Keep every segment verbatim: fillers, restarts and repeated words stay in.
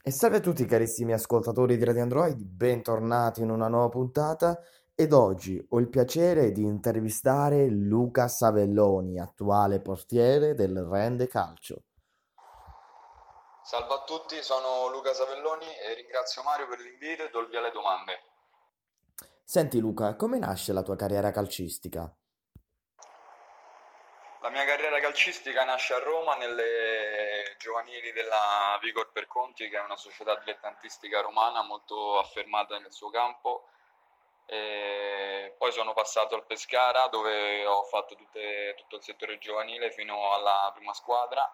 E salve a tutti carissimi ascoltatori di Radio Android, bentornati in una nuova puntata ed oggi ho il piacere di intervistare Luca Savelloni, attuale portiere del Rende Calcio. Salve a tutti, sono Luca Savelloni e ringrazio Mario per l'invito e do il via alle domande. Senti Luca, come nasce la tua carriera calcistica? La mia carriera calcistica nasce a Roma nelle giovanili della Vigor per Conti, che è una società dilettantistica romana molto affermata nel suo campo. E poi sono passato al Pescara dove ho fatto tutte- tutto il settore giovanile fino alla prima squadra.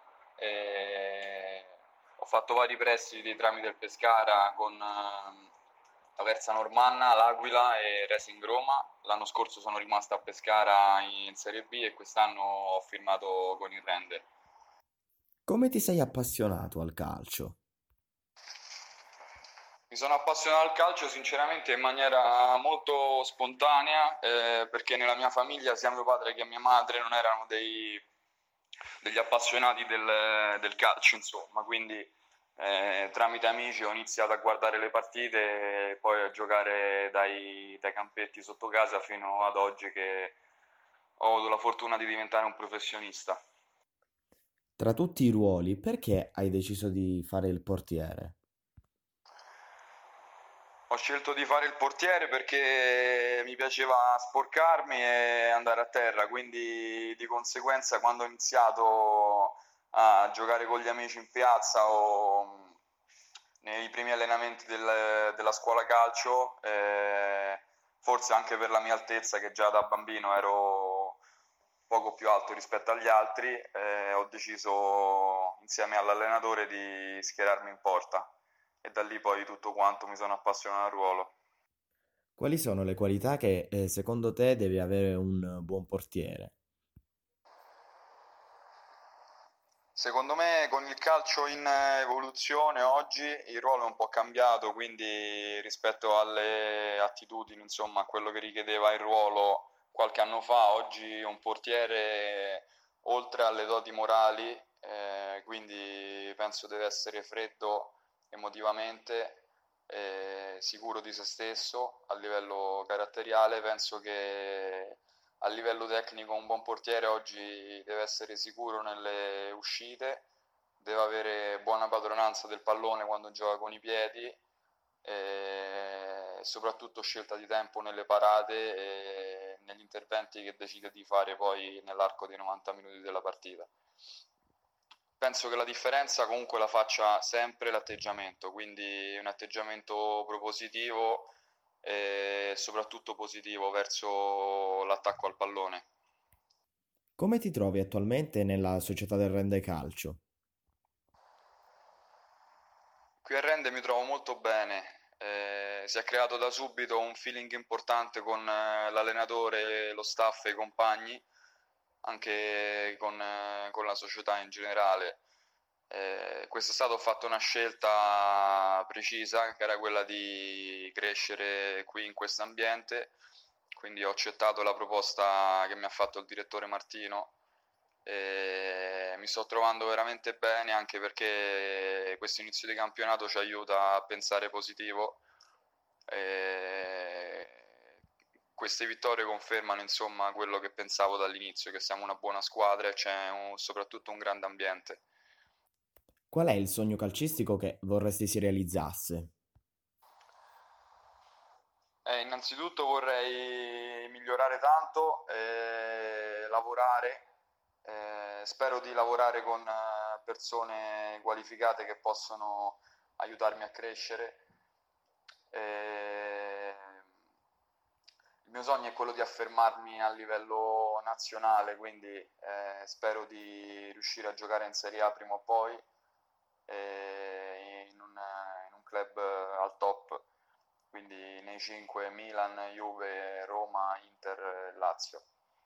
E ho fatto vari prestiti tramite il Pescara con ehm, Aversa Normanna, l'Aquila e Racing Roma. L'anno scorso sono rimasto a Pescara in Serie B e quest'anno ho firmato con il Rende. Come ti sei appassionato al calcio? Mi sono appassionato al calcio sinceramente in maniera molto spontanea, eh, perché nella mia famiglia sia mio padre che mia madre non erano dei, degli appassionati del, del calcio, insomma, quindi eh, tramite amici ho iniziato a guardare le partite e poi a giocare dai, dai campetti sotto casa fino ad oggi che ho avuto la fortuna di diventare un professionista. Tra tutti i ruoli, perché hai deciso di fare il portiere? Ho scelto di fare il portiere perché mi piaceva sporcarmi e andare a terra, quindi di conseguenza quando ho iniziato a giocare con gli amici in piazza o nei primi allenamenti del- della scuola calcio, eh, forse anche per la mia altezza che già da bambino ero poco più alto rispetto agli altri, eh, ho deciso insieme all'allenatore di schierarmi in porta e da lì poi tutto quanto mi sono appassionato al ruolo. Quali sono le qualità che eh, secondo te deve avere un buon portiere? Secondo me con il calcio in eh, evoluzione oggi il ruolo è un po' cambiato, quindi rispetto alle attitudini, insomma, a quello che richiedeva il ruolo qualche anno fa, oggi un portiere oltre alle doti morali, eh, quindi penso deve essere freddo emotivamente, eh, sicuro di se stesso a livello caratteriale, penso che a livello tecnico un buon portiere oggi deve essere sicuro nelle uscite, deve avere buona padronanza del pallone quando gioca con i piedi e soprattutto scelta di tempo nelle parate e negli interventi che decide di fare poi nell'arco dei novanta minuti della partita. Penso che la differenza comunque la faccia sempre l'atteggiamento, quindi un atteggiamento propositivo e soprattutto positivo verso l'attacco al pallone. Come ti trovi attualmente nella società del Rende Calcio? Qui a Rende mi trovo molto bene, eh, si è creato da subito un feeling importante con eh, l'allenatore, lo staff e i compagni, anche con, eh, con la società in generale. Eh, quest'estate ho fatto una scelta precisa, che era quella di crescere qui in questo ambiente, quindi ho accettato la proposta che mi ha fatto il direttore Martino e mi sto trovando veramente bene anche perché questo inizio di campionato ci aiuta a pensare positivo e queste vittorie confermano insomma quello che pensavo dall'inizio, che siamo una buona squadra e c'è un- soprattutto un grande ambiente. Qual è il sogno calcistico che vorresti si realizzasse? Eh, innanzitutto vorrei migliorare tanto, eh, lavorare, eh, spero di lavorare con eh, persone qualificate che possono aiutarmi a crescere. Eh, il mio sogno è quello di affermarmi a livello nazionale, quindi eh, spero di riuscire a giocare in Serie A prima o poi, eh, in un, in un club al top, quindi nei cinque Milan, Juve, Roma, Inter, Lazio.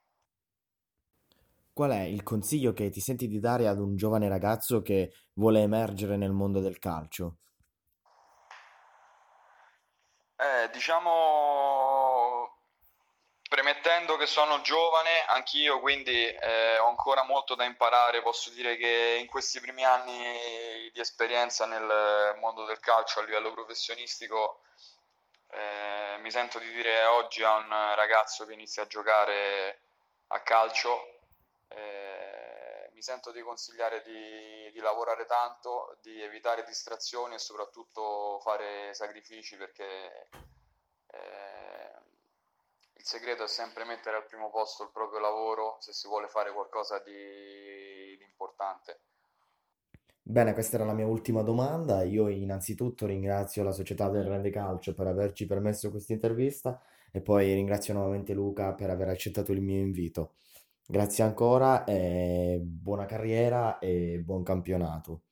Qual è il consiglio che ti senti di dare ad un giovane ragazzo che vuole emergere nel mondo del calcio? Eh, diciamo Premettendo che sono giovane anch'io, quindi eh, ho ancora molto da imparare. Posso dire che in questi primi anni di esperienza nel mondo del calcio a livello professionistico, eh, mi sento di dire oggi a un ragazzo che inizia a giocare a calcio, eh, mi sento di consigliare di, di lavorare tanto, di evitare distrazioni e soprattutto fare sacrifici, perché eh, il segreto è sempre mettere al primo posto il proprio lavoro se si vuole fare qualcosa di, di importante. Bene, questa era la mia ultima domanda. Io innanzitutto ringrazio la società del Rende Calcio per averci permesso questa intervista e poi ringrazio nuovamente Luca per aver accettato il mio invito. Grazie ancora e buona carriera e buon campionato.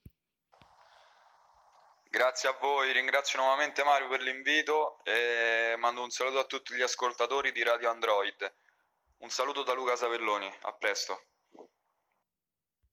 Grazie a voi, ringrazio nuovamente Mario per l'invito e mando un saluto a tutti gli ascoltatori di Radio Android. Un saluto da Luca Savelloni, a presto.